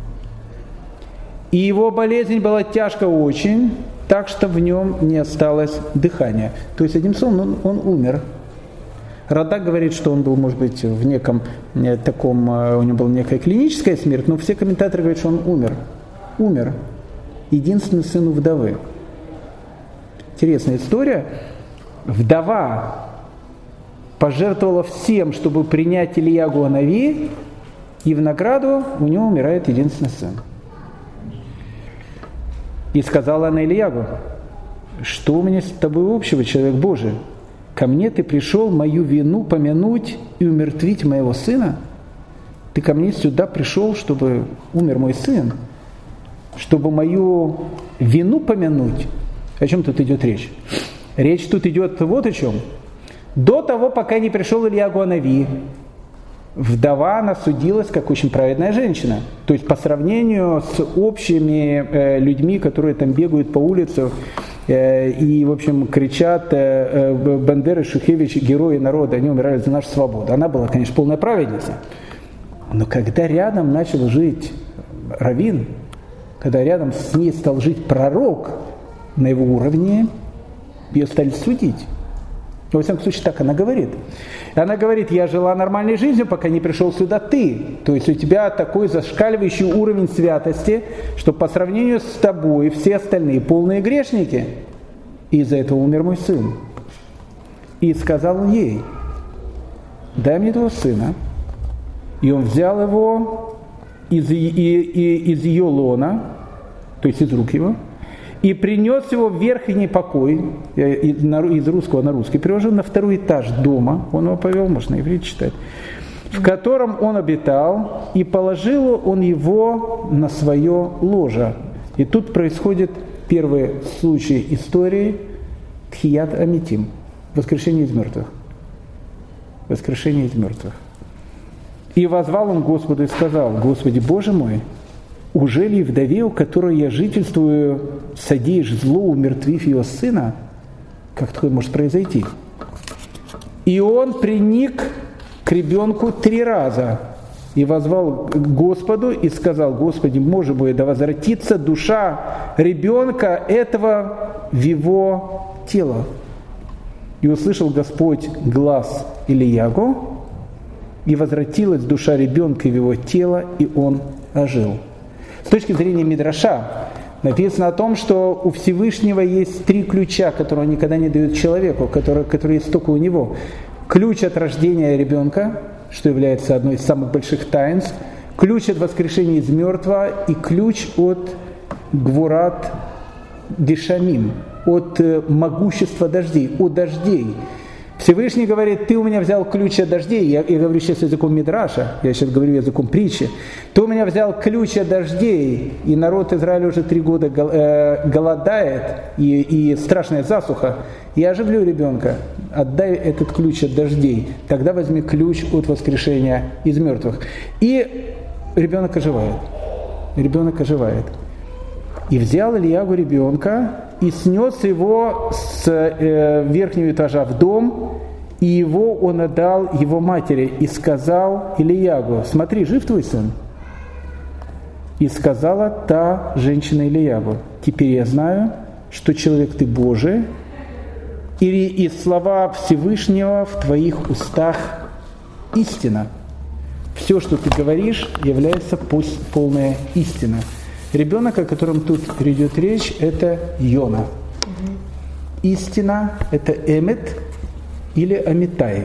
И его болезнь была тяжка очень, так что в нем не осталось дыхания. То есть, одним словом, он, он умер. Радак говорит, что он был, может быть, в неком таком, у него была некая клиническая смерть, но все комментаторы говорят, что он умер. Умер. Единственный сын у вдовы. Интересная история. Вдова пожертвовала всем, чтобы принять Ильягу Анави, и в награду у него умирает единственный сын. И сказала она Ильягу: что у меня с тобой общего, человек Божий? Ко мне ты пришел мою вину помянуть и умертвить моего сына? Ты ко мне сюда пришел, чтобы умер мой сын? Чтобы мою вину помянуть? О чем тут идет речь? Речь тут идет вот о чем. До того, пока не пришел Ильягу Анави, вдова, она судилась как очень праведная женщина. То есть по сравнению с общими э, людьми, которые там бегают по улице э, и, в общем, кричат э, э, «Бандера, Шухевич, герои народа, они умирали за нашу свободу». Она была, конечно, полная праведница. Но когда рядом начал жить раввин, когда рядом с ней стал жить пророк на его уровне, ее стали судить. Во всяком случае, так она говорит. Она говорит: я жила нормальной жизнью, пока не пришел сюда ты. То есть у тебя такой зашкаливающий уровень святости, что по сравнению с тобой все остальные полные грешники. И из-за этого умер мой сын. И сказал он ей: дай мне твоего сына. И он взял его из, и, и, из ее лона, то есть из рук его, и принес его в верхний покой, из русского на русский, переложил на второй этаж дома, он его повел, можно на иврите читать, в котором он обитал, и положил он его на свое ложе. И тут происходит первый случай истории Тхият Амитим, воскрешение из мертвых. Воскрешение из мертвых. И воззвал он к Господу и сказал: Господи Боже мой, уже ли вдове, у которой я жительствую, содеешь зло, умертвив ее сына? Как такое может произойти? И он приник к ребенку три раза и воззвал к Господу и сказал: Господи, Боже мой, да возвратится душа ребенка этого в его тело. И услышал Господь глас Ильягу, и возвратилась душа ребенка в его тело, и он ожил. С точки зрения Мидраша написано о том, что у Всевышнего есть три ключа, которые он никогда не дает человеку, которые, которые есть только у него. Ключ от рождения ребенка, что является одной из самых больших таинств, ключ от воскрешения из мертвого и ключ от гвурат дешамим, от могущества дождей, от дождей. Всевышний говорит: ты у меня взял ключ от дождей, я, я говорю сейчас языком Мидраша, я сейчас говорю языком притчи, ты у меня взял ключ от дождей, и народ Израиля уже три года гол, э, голодает, и, и страшная засуха, я оживлю ребенка, отдай этот ключ от дождей, тогда возьми ключ от воскрешения из мертвых. И ребенок оживает, ребенок оживает. И взял Ильягу ребенка и снес его с э, верхнего этажа в дом, и его он отдал его матери, и сказал Ильягу: смотри, жив твой сын? И сказала та женщина Ильягу: теперь я знаю, что человек ты Божий, и, и слова Всевышнего в твоих устах истина. Все, что ты говоришь, является полная истина. Ребенок, о котором тут идет речь, это Йона. Истина – это Эмет или Амитай.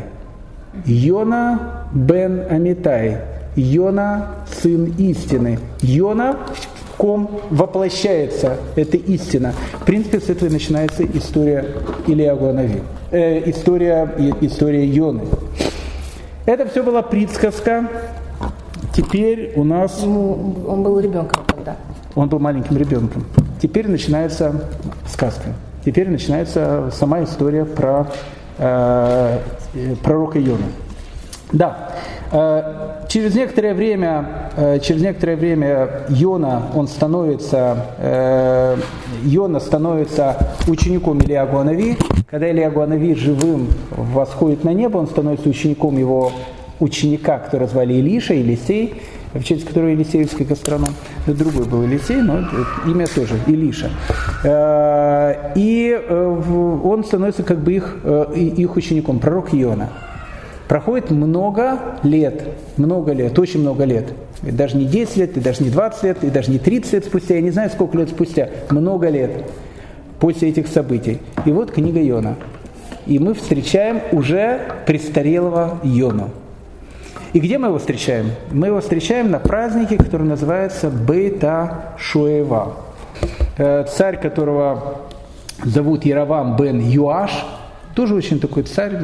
Йона бен Амитай. Йона – сын истины. Йона, в ком воплощается эта истина. В принципе, с этого начинается история Ильягу Анави. Э, история, история Йоны. Это все была присказка. Теперь у нас... Он был ребенком тогда. Он был маленьким ребенком. Теперь начинается сказка. Теперь начинается сама история про э, пророка Йону. Да. Э, через некоторое время, э, через некоторое время Йона, он становится, э, Йона становится учеником Ильягу Анави. Когда Ильягу Анави живым восходит на небо, он становится учеником его ученика, которого звали Илиша, Елисей, в честь которого Елисеевский гастроном. Это другой был Елисей, но имя тоже Илиша. И он становится как бы их, их учеником, пророк Йона. проходит много лет, много лет, очень много лет. И даже не десять лет, и даже не двадцать лет, и даже не тридцать лет спустя, я не знаю, сколько лет спустя, много лет после этих событий. И вот книга Йона. И мы встречаем уже престарелого Йону. И где мы его встречаем? Мы его встречаем на празднике, который называется Бейт ха-Шуэва. Царь, которого зовут Яровам бен Юаш, тоже очень такой царь,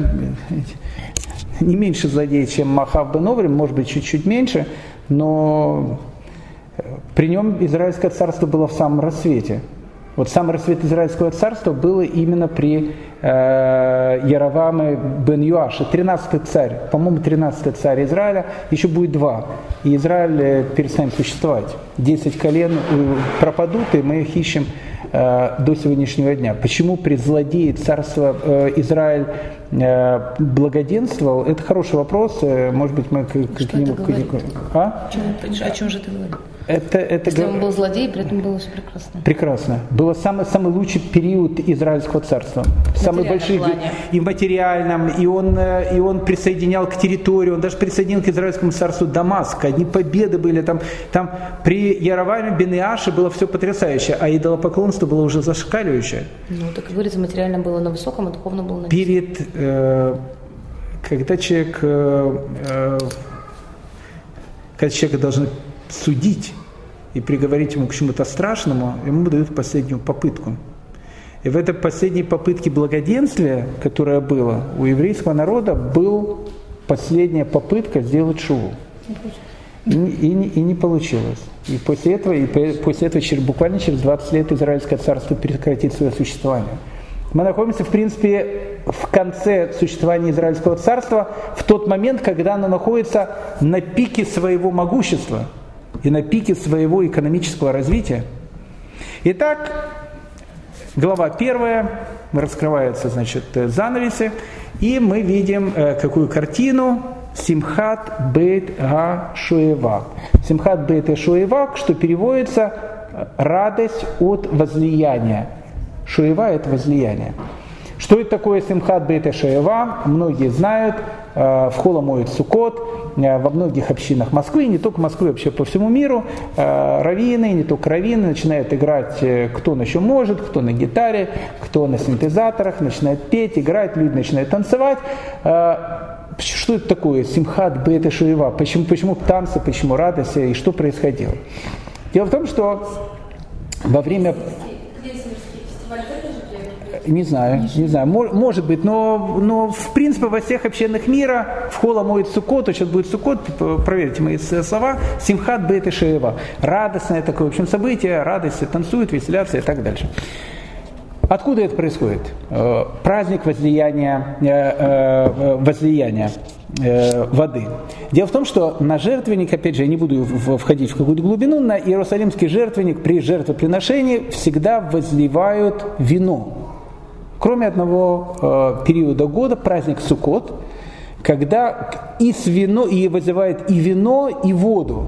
не меньше злодей, чем Махав бен Оврим, может быть, чуть-чуть меньше, но при нем Израильское царство было в самом расцвете. Вот самый расцвет Израильского царства было именно при э, Яроваме бен Юаше, тринадцатый царь, по-моему, тринадцатый царь Израиля, еще будет два, и Израиль перестанет существовать. Десять колен пропадут, и мы их ищем э, до сегодняшнего дня. Почему при злодее царства э, Израиль э, благоденствовал? Это хороший вопрос, может быть, мы к, к нему... А? О чем, о чем же ты говоришь? Это, это Если он был злодей, при этом было все прекрасно. Прекрасно. Было самый, самый лучший период Израильского царства. Самый большой и в материальном, и он, и он присоединял к территории, он даже присоединил к Израильскому царству Дамаск. Одни победы были там. Там при Яроваме бен Иаше было все потрясающе, а идолопоклонство было уже зашкаливающее. Ну, так как говорится, материально было на высоком, а духовно было на низком. Перед, э, когда человек, э, э, когда человека должны судить и приговорить ему к чему-то страшному, ему дают последнюю попытку. И в этой последней попытке благоденствия, которая была у еврейского народа, была последняя попытка сделать шуву. И, и, и не получилось. И после этого, и после этого через, буквально через двадцать лет Израильское царство прекратит свое существование. Мы находимся, в принципе, в конце существования Израильского царства, в тот момент, когда оно находится на пике своего могущества и на пике своего экономического развития. Итак, глава первая, раскрываются, значит, занавесы, и мы видим э, какую картину? Симхат бейт ха-Шуэва. Симхат бейт ха-Шуэва, что переводится радость от возлияния. Шуэва – это возлияние. Что это такое Симхат бейт ха-Шуэва? Многие знают. В Холо моют Суккот, во многих общинах Москвы, не только Москвы, вообще по всему миру, раввины, не только раввины, начинают играть, кто на чем может, кто на гитаре, кто на синтезаторах, начинают петь, играть, люди начинают танцевать. Что это такое Симхат бейт ха-Шуэва? Почему, почему танцы, почему радость и что происходило? Дело в том, что во время... Не знаю, не знаю, может быть, но, но в принципе во всех общинах мира в Холо моют Суккот, сейчас будет Суккот, проверьте мои слова, Симхат бейт ха-Шуэва. Радостное такое, в общем, событие, радость, танцуют, веселятся и так дальше. Откуда это происходит? Праздник возлияния, возлияния воды. Дело в том, что на жертвенник, опять же, я не буду входить в какую-то глубину, на Иерусалимский жертвенник при жертвоприношении всегда возливают вино. Кроме одного э, периода года, праздник Суккот, когда и, с вино, и возливает и вино, и воду.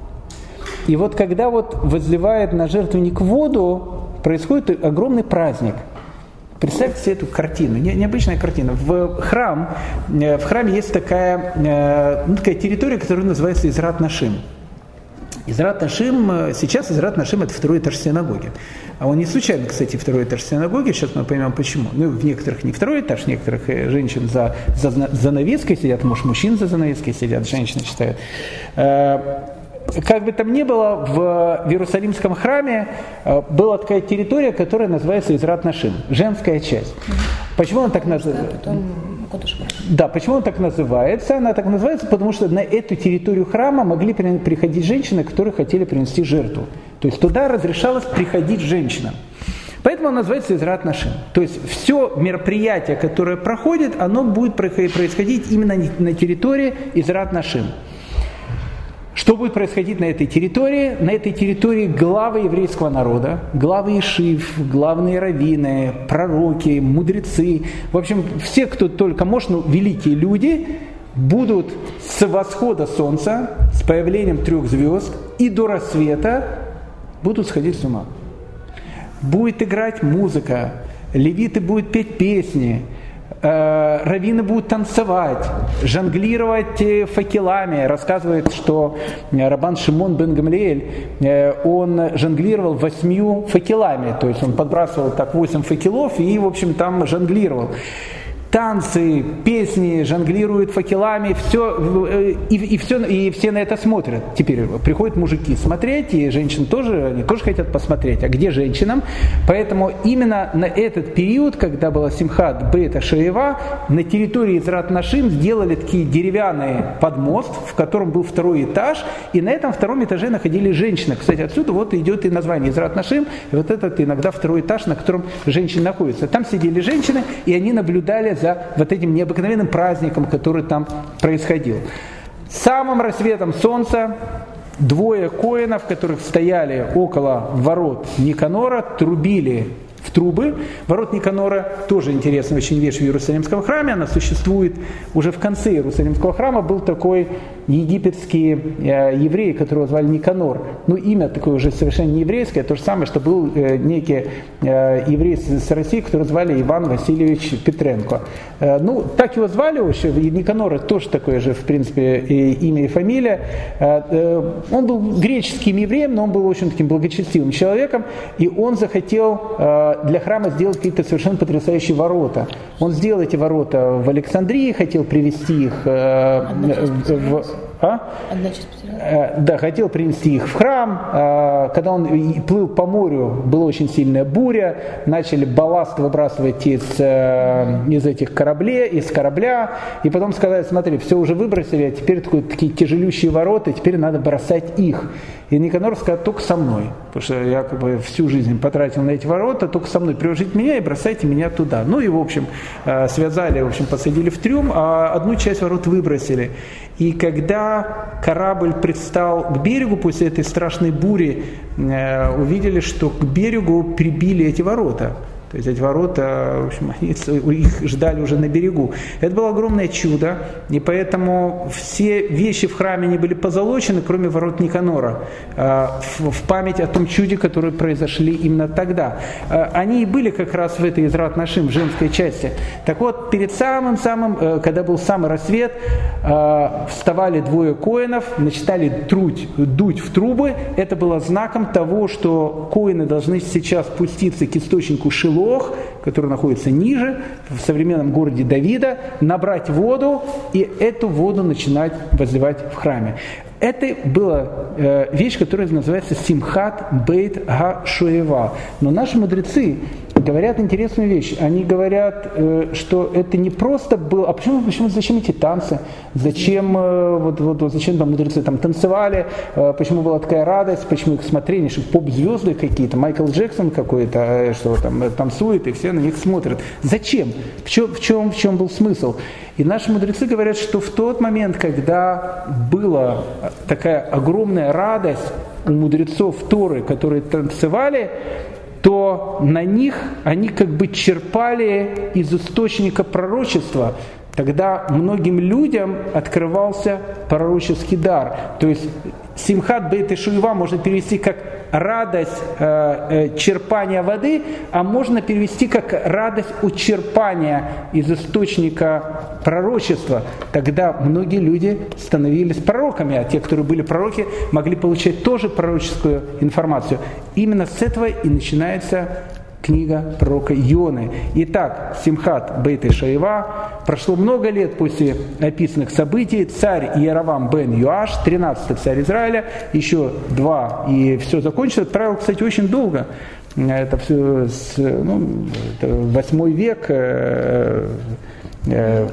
И вот когда вот возливает на жертвенник воду, происходит огромный праздник. Представьте себе эту картину, не, необычная картина. В, храм, в храме есть такая, э, ну, такая территория, которая называется Израт Нашим. Израт Нашим, сейчас Израт Нашим – это второй этаж синагоги. А он не случайно, кстати, второй этаж синагоги, сейчас мы поймем почему. Ну, в некоторых не второй этаж, некоторых женщин за, за занавеской сидят, может, мужчин за занавеской сидят, женщины читают. Как бы там ни было, в Иерусалимском храме была такая территория, которая называется Израт Нашим, женская часть. Почему она так называется? Да, почему она так называется? Она так называется, потому что на эту территорию храма могли приходить женщины, которые хотели принести жертву. То есть туда разрешалось приходить женщинам. Поэтому он называется Израт Нашим. То есть все мероприятие, которое проходит, оно будет происходить именно на территории Израт Нашим. Что будет происходить на этой территории? На этой территории главы еврейского народа, главы ешив, главные раввины, пророки, мудрецы, в общем, все, кто только может, ну, великие люди, будут с восхода солнца, с появлением трех звезд и до рассвета будут сходить с ума. Будет играть музыка, левиты будут петь песни, раввины будут танцевать, жонглировать факелами. Рассказывает, что раббан Шимон бен Гамлиэль, он жонглировал восьмью факелами, то есть он подбрасывал так восемь факелов и, в общем, там жонглировал. Танцы, песни, жонглируют факелами, все, и, и, все, и все на это смотрят. Теперь приходят мужики смотреть, и женщины тоже, они тоже хотят посмотреть, а где женщинам? Поэтому именно на этот период, когда была Симхат Бейт ха-Шоэва, на территории Израт Нашим сделали такие деревянные подмост, в котором был второй этаж, и на этом втором этаже находились женщины. Кстати, отсюда вот идет и название Израт Нашим, и вот этот иногда второй этаж, на котором женщины находятся. Там сидели женщины, и они наблюдали за вот этим необыкновенным праздником, который там происходил. С самым рассветом солнца двое коэнов, которых стояли около ворот Никанора, трубили в трубы. Ворот Никанора тоже интересная очень вещь в Иерусалимском храме. Она существует уже в конце Иерусалимского храма. Был такой египетский э, еврей, которого звали Никанор. Ну, имя такое уже совершенно не еврейское. То же самое, что был э, некий э, еврей с, с России, которого звали Иван Васильевич Петренко. Э, ну, так его звали вообще. Никанор тоже такое же, в принципе, и, имя и фамилия. Э, э, он был греческим евреем, но он был очень таким благочестивым человеком. И он захотел э, для храма сделать какие-то совершенно потрясающие ворота. Он сделал эти ворота в Александрии, хотел привести их э, в... А? Одна часть потерялась. Да, хотел принести их в храм. Когда он плыл по морю, была очень сильная буря. Начали балласт выбрасывать из, из этих кораблей, из корабля. И потом сказали: смотри, все уже выбросили, а теперь такие, такие тяжелющие ворота, теперь надо бросать их. И Никанор сказал: только со мной. Потому что я как бы всю жизнь потратил на эти ворота, только со мной привяжите меня и бросайте меня туда. Ну и, в общем, связали, в общем, посадили в трюм, а одну часть ворот выбросили. И когда корабль предстал к берегу после этой страшной бури, э, увидели, что к берегу прибили эти ворота. То есть эти ворота, в общем, они, их ждали уже на берегу. Это было огромное чудо, и поэтому все вещи в храме не были позолочены, кроме ворот Никанора, в память о том чуде, которые произошли именно тогда. Они и были как раз в этой Израт Нашим, в женской части. Так вот, перед самым-самым, когда был самый рассвет, вставали двое коэнов, начинали труть, дуть в трубы. Это было знаком того, что коэны должны сейчас спуститься к источнику Шило, который находится ниже, в современном городе Давида, набрать воду и эту воду начинать возливать в храме. Это была э, вещь, которая называется Симхат Бейт ха-Шоэва. Но наши мудрецы говорят интересную вещь. Они говорят, э, что это не просто было... А почему, почему зачем эти танцы? Зачем, э, вот, вот, вот, зачем там мудрецы там танцевали? Э, почему была такая радость? Почему их смотрели? Что поп-звезды какие-то? Майкл Джексон какой-то, э, что там э, танцует, и все на них смотрят. Зачем? В чем, в чем, в чем был смысл? И наши мудрецы говорят, что в тот момент, когда была такая огромная радость у мудрецов Торы, которые танцевали, то на них они как бы черпали из источника пророчества. Тогда многим людям открывался пророческий дар. То есть Симхат Бейт ха-Шоэва можно перевести как радость э, э, черпания воды, а можно перевести как радость от черпания из источника пророчества. Тогда многие люди становились пророками, а те, которые были пророки, могли получать тоже пророческую информацию. Именно с этого и начинается книга пророка Ионы. Итак, Симхат Бейт ха-Шоэва. Прошло много лет после описанных событий. Царь Иеравам бен Йоаш, тринадцатый царь Израиля, еще два, и все закончилось. Правило, кстати, очень долго. Это все с, ну, это восьмой век. Э, э,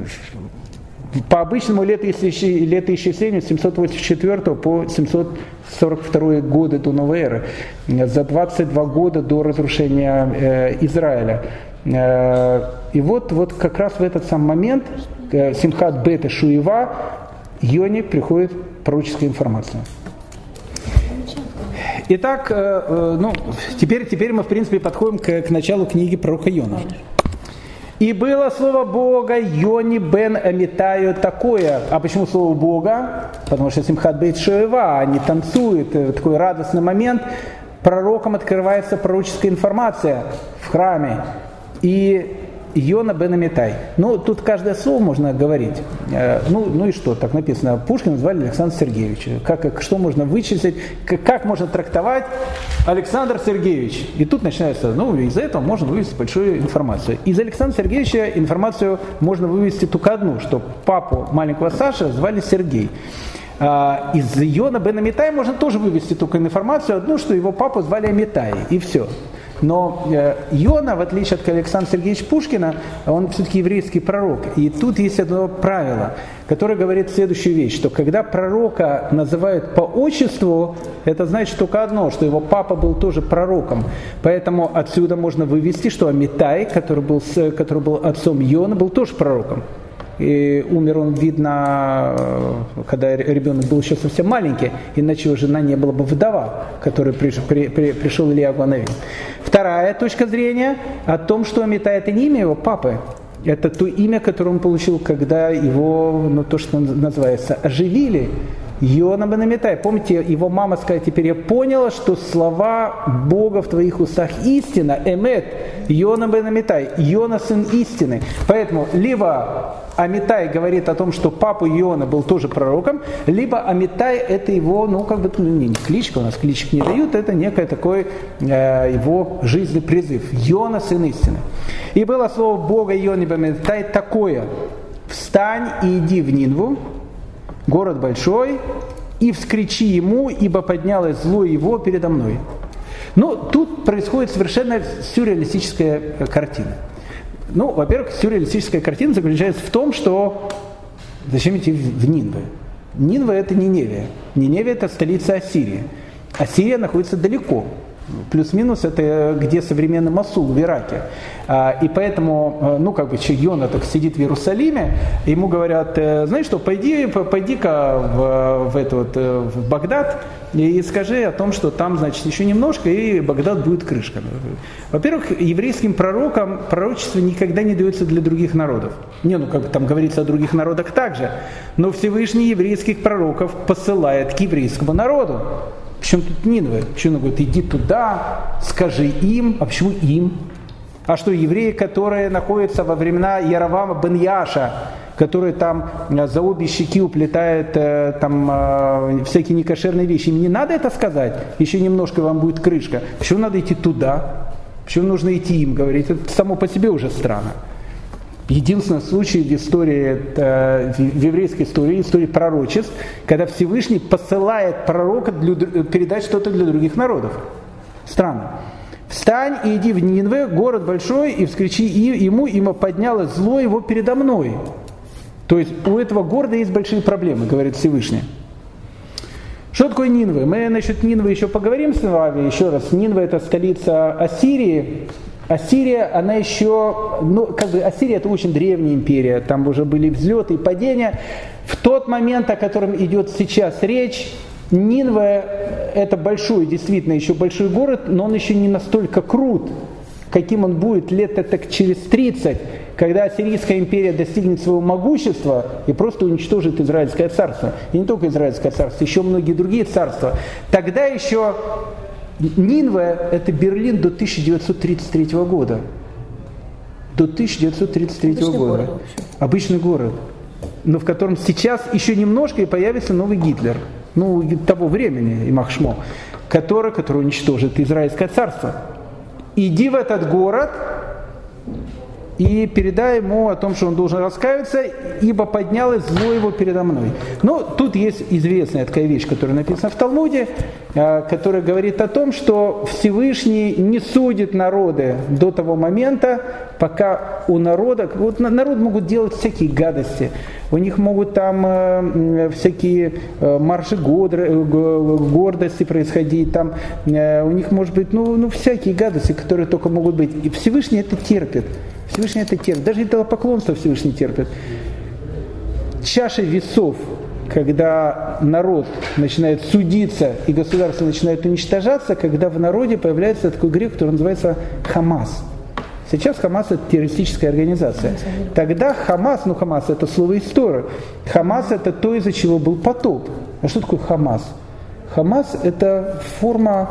по обычному летоисчислению с семьсот восемьдесят четвёртого по семьсот сорок второй годы до новой эры, за двадцать два года до разрушения э, Израиля. Э, и вот, вот как раз в этот самый момент э, Симхат Бейт ха-Шоэва Йоне приходит пророческая информация. Итак, э, э, ну, теперь, теперь мы в принципе подходим к, к началу книги пророка Йоны. И было слово Бога Йони бен Амитаю такое. А почему слово Бога? Потому что Симхат Бейт ха-Шоэва, они танцуют, такой радостный момент. Пророкам открывается пророческая информация в храме. И Йона бен Амитай. Ну, тут каждое слово можно говорить. Ну, ну и что, так написано. Пушкина звали Александр Сергеевич. Как, что можно вычислить, как, как можно трактовать Александр Сергеевич? И тут начинается, ну, из-за этого можно вывести большую информацию. Из Александра Сергеевича информацию можно вывести только одну, что папу маленького Саши звали Сергей. Из Йона бен Амитай можно тоже вывести только информацию одну, что его папу звали Амитай, и все. Но э, Йона, в отличие от Александра Сергеевича Пушкина, он все-таки еврейский пророк. И тут есть одно правило, которое говорит следующую вещь, что когда пророка называют по отчеству, это значит только одно, что его папа был тоже пророком. Поэтому отсюда можно вывести, что Амитай, который был, который был отцом Йона, был тоже пророком. И умер он, видно, когда ребенок был еще совсем маленький, иначе его жена не была бы вдова, которой приш, при, при, пришел Илья Навин. Вторая точка зрения о том, что Амитай — это не имя его папы, это то имя, которое он получил, когда его, ну то, что называется, оживили. Йона бен Амитай. Помните, его мама сказала: теперь я поняла, что слова Бога в твоих устах истина, эмет, Йона бен Амитай, Йона сын истины. Поэтому либо Амитай говорит о том, что папа Йона был тоже пророком, либо Амитай — это его, ну как бы, ну, не кличка, у нас кличек не дают, это некий такой э, его жизненный призыв. Йона сын истины. И было слово Бога Йона бен Амитай такое: встань и иди в Нинву, город большой, и вскричи ему, ибо поднялось зло его передо мной. Но тут происходит совершенно сюрреалистическая картина. Ну, во-первых, сюрреалистическая картина заключается в том, что зачем идти в Нинве? Нинва — это Ниневия. Ниневия — это столица Ассирии. Ассирия находится далеко. Плюс-минус это где современный Мосул в Ираке. И поэтому, ну как бы, Йона так сидит в Иерусалиме, ему говорят: знаешь что, пойди, пойди-ка в, в, это вот, в Багдад и скажи о том, что там, значит, еще немножко, и Багдад будет крышка. Во-первых, еврейским пророкам пророчество никогда не дается для других народов. Не, ну как бы там говорится о других народах также, но Всевышний еврейских пророков посылает к еврейскому народу. Причем тут Нинве? Почему он говорит: иди туда, скажи им. А почему им? А что, евреи, которые находятся во времена Яровама бен Яша, который там за обе щеки уплетает там всякие некошерные вещи, им не надо это сказать? Еще немножко, вам будет крышка. Почему надо идти туда? Почему нужно идти им говорить? Это само по себе уже странно. Единственный случай в истории, в еврейской истории, истории пророчеств, когда Всевышний посылает пророка для, передать что-то для других народов. Странно. «Встань и иди в Нинве, город большой, и вскричи ему, ибо поднялось зло его передо мной». То есть у этого города есть большие проблемы, говорит Всевышний. Что такое Нинве? Мы насчет Нинвы еще поговорим с вами. Еще раз, Нинве — это столица Ассирии. Ассирия, она еще, ну, как бы Ассирия — это очень древняя империя, там уже были взлеты и падения. В тот момент, о котором идет сейчас речь, Нинве — это большой, действительно, еще большой город, но он еще не настолько крут, каким он будет лет так через тридцать, когда Ассирийская империя достигнет своего могущества и просто уничтожит Израильское царство. И не только Израильское царство, еще многие другие царства. Тогда еще Нинве – это Берлин до тысяча девятьсот тридцать третьего года. До тысяча девятьсот тридцать третьего Обычный года. город Обычный город. Но в котором сейчас еще немножко и появится новый Гитлер. Ну, того времени, Имах Шмо, который, который уничтожит Израильское царство. Иди в этот город и передай ему о том, что он должен раскаяться, ибо поднялось зло его передо мной. Но тут есть известная такая вещь, которая написана в Талмуде, которая говорит о том, что Всевышний не судит народы до того момента, пока у народа, вот народ могут делать всякие гадости, у них могут там э, всякие э, марши гордости происходить, там э, у них может быть ну, ну всякие гадости, которые только могут быть. И Всевышний это терпит. Всевышний это терпит. Даже идолопоклонство Всевышний терпит. Чаша весов, когда народ начинает судиться и государство начинает уничтожаться, когда в народе появляется такой грех, который называется Хамас. Сейчас Хамас — это террористическая организация. Тогда Хамас, ну Хамас — это слово истории. Хамас — это то, из-за чего был потоп. А что такое Хамас? Хамас — это форма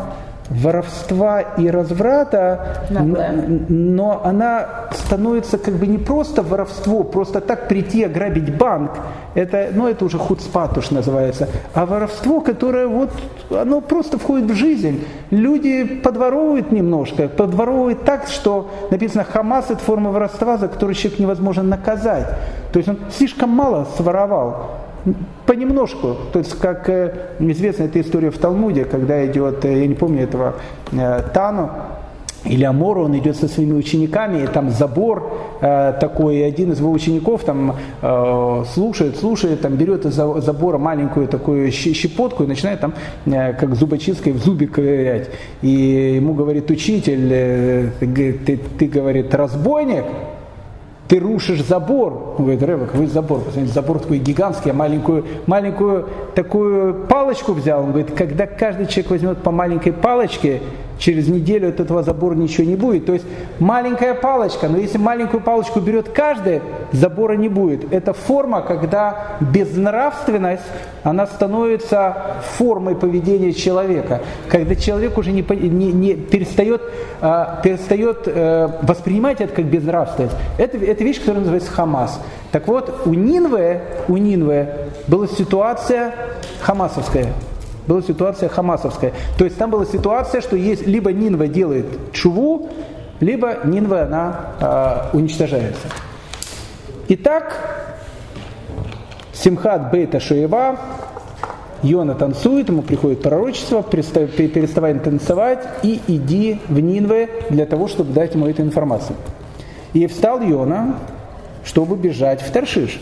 воровства и разврата, но, но она становится как бы не просто воровство, просто так прийти ограбить банк, это, ну, это уже хуцпат уж называется, а воровство, которое вот, оно просто входит в жизнь. Люди подворовывают немножко, подворовывают так, что написано «Хамас» — это форма воровства, за которую человек невозможно наказать. То есть он слишком мало своровал. Понемножку, то есть, как э, известна эта история в Талмуде, когда идет, э, я не помню этого, э, Тану или Амору, он идет со своими учениками, и там забор э, такой, и один из его учеников там э, слушает, слушает, там берет из забора маленькую такую щепотку и начинает там, э, как зубочисткой в зубе ковырять. И ему говорит учитель, э, ты, ты, говорит, разбойник, ты рушишь забор. Он говорит, Рэбе, какой забор? Посмотрите, забор такой гигантский, я маленькую, маленькую такую палочку взял. Он говорит, когда каждый человек возьмет по маленькой палочке, через неделю от этого забора ничего не будет. То есть маленькая палочка, но если маленькую палочку берет каждый, забора не будет. Это форма, когда безнравственность, она становится формой поведения человека. Когда человек уже не, не, не перестает, а, перестает а, воспринимать это как безнравственность. Это, это вещь, которая называется Хамас. Так вот, у Нинве, у Нинве была ситуация хамасовская. Была ситуация хамасовская. То есть там была ситуация, что есть либо Нинве делает чуву, либо Нинве она э, уничтожается. Итак, Симхат бейта Шоева, Йона танцует, ему приходит пророчество, переставай танцевать и иди в Нинве для того, чтобы дать ему эту информацию. И встал Йона, чтобы бежать в Таршиш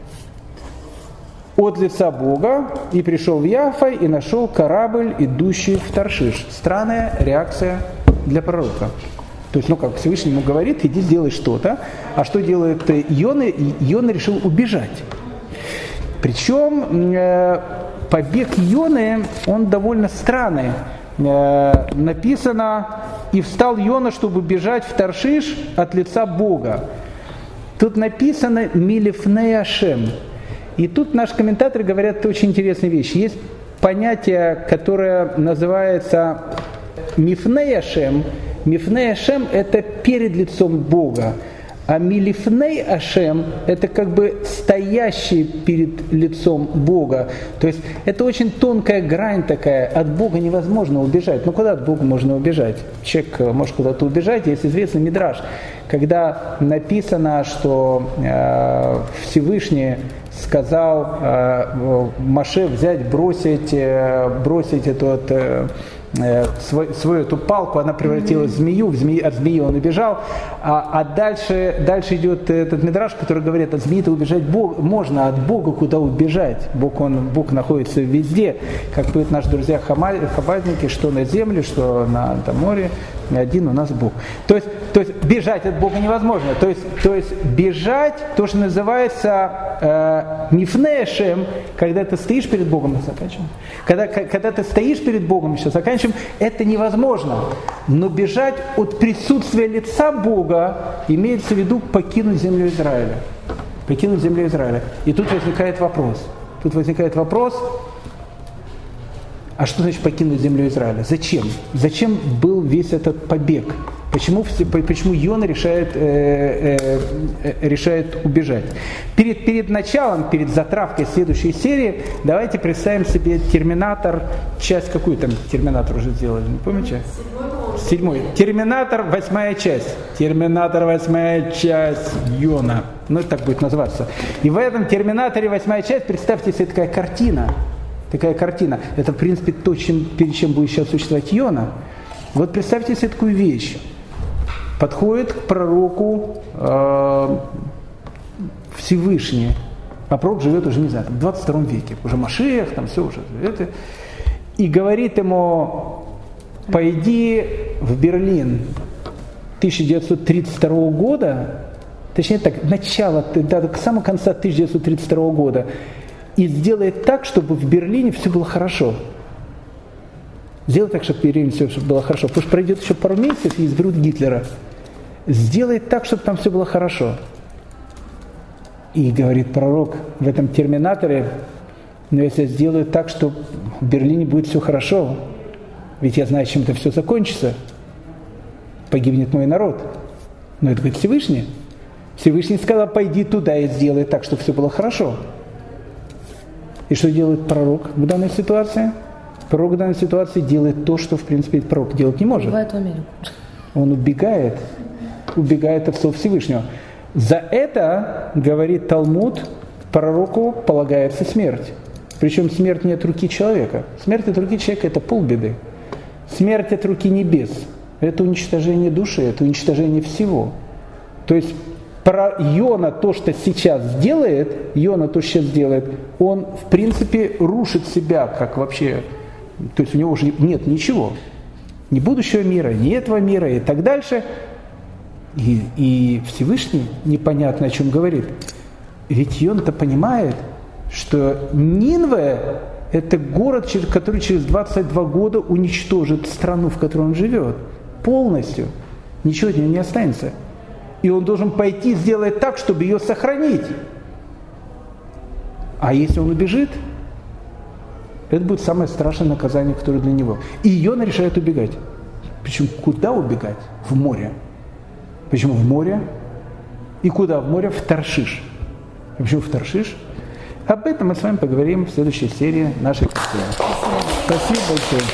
от лица Бога, и пришел в Яффа и нашел корабль, идущий в Таршиш. Странная реакция для пророка. То есть, ну как Всевышний ему говорит, иди сделай что-то, а что делает Йона? Йона решил убежать. Причем э, побег Йоны, он довольно странный. Э, написано, и встал Йона, чтобы бежать в Таршиш от лица Бога. Тут написано «Милифней Ашем». И тут наши комментаторы говорят очень интересные вещи. Есть понятие, которое называется «мифней Ашем». «Мифней Ашем» – это перед лицом Бога. А «милифней Ашем» – это как бы стоящий перед лицом Бога. То есть это очень тонкая грань такая. От Бога невозможно убежать. Ну куда от Бога можно убежать? Человек может куда-то убежать. Есть известный мидраш, когда написано, что э, Всевышний сказал э, Моше взять, бросить, э, бросить эту вот, э, свою, свою эту палку, она превратилась в змею, в змеи, от змеи он убежал, а, а дальше, дальше идет этот мидраш, который говорит, от змеи-то убежать Бог, можно, от Бога куда убежать? Бог, он, Бог находится везде, как поют наши друзья хабазники, что на земле, что на там, море, один у нас Бог. То есть, то есть бежать от Бога невозможно. То есть, то есть бежать, то, что называется мифней Ашем, когда ты стоишь перед Богом, мы заканчиваем. Когда, когда ты стоишь перед Богом, сейчас заканчиваем, это невозможно. Но бежать от присутствия лица Бога имеется в виду покинуть землю Израиля. Покинуть землю Израиля. И тут возникает вопрос. Тут возникает вопрос, а что значит покинуть землю Израиля? Зачем? Зачем был весь этот побег? Почему, почему Йона решает, э, э, решает убежать? Перед, перед началом, перед затравкой следующей серии, давайте представим себе «Терминатор», часть какую там «Терминатор» уже сделали, не помните? Седьмой. «Терминатор», восьмая часть. «Терминатор», восьмая часть, Йона. Ну, так будет называться. И в этом «Терминаторе», восьмая часть, представьте себе такая картина. Такая картина. Это, в принципе, то, чем, перед чем будет сейчас существовать Йона. Вот представьте себе такую вещь. Подходит к пророку э, Всевышний. А пророк живет уже, не знаю, в двадцать втором веке. Уже Машиах, там все уже. Это, и говорит ему, пойди в Берлин тысяча девятьсот тридцать второго года, точнее так, начало, до самого конца тысяча девятьсот тридцать второго года, и сделай так, чтобы в Берлине все было хорошо. Сделай так, чтобы в Берлине все было хорошо. Потому что пройдет еще пару месяцев и изберут Гитлера. Сделай так, чтобы там все было хорошо. И говорит пророк в этом «Терминаторе», но если я сделаю так, что в Берлине будет все хорошо, ведь я знаю, чем это все закончится. Погибнет мой народ. Но это говорит Всевышний. Всевышний сказал, пойди туда и сделай так, чтобы все было хорошо. И что делает пророк в данной ситуации? Пророк в данной ситуации делает то, что, в принципе, пророк делать не может. Убегает в Америку. Он убегает, убегает от слов Всевышнего. За это, говорит Талмуд, пророку полагается смерть. Причем смерть не от руки человека. Смерть от руки человека – это полбеды. Смерть от руки небес – это уничтожение души, это уничтожение всего. То есть про Йона то, что сейчас делает, Йона то, что сейчас делает, он в принципе рушит себя, как вообще, то есть у него уже нет ничего. Ни будущего мира, ни этого мира и так дальше. И, и Всевышний непонятно о чем говорит. Ведь Йона-то понимает, что Нинве – это город, который через двадцать два года уничтожит страну, в которой он живет. Полностью. Ничего от него не останется. И он должен пойти сделать так, чтобы ее сохранить. А если он убежит, это будет самое страшное наказание, которое для него. И Йона решает убегать. Причем куда убегать? В море. Почему в море? И куда в море? В Таршиш. Почему в Таршиш? Об этом мы с вами поговорим в следующей серии нашей книги. Спасибо большое.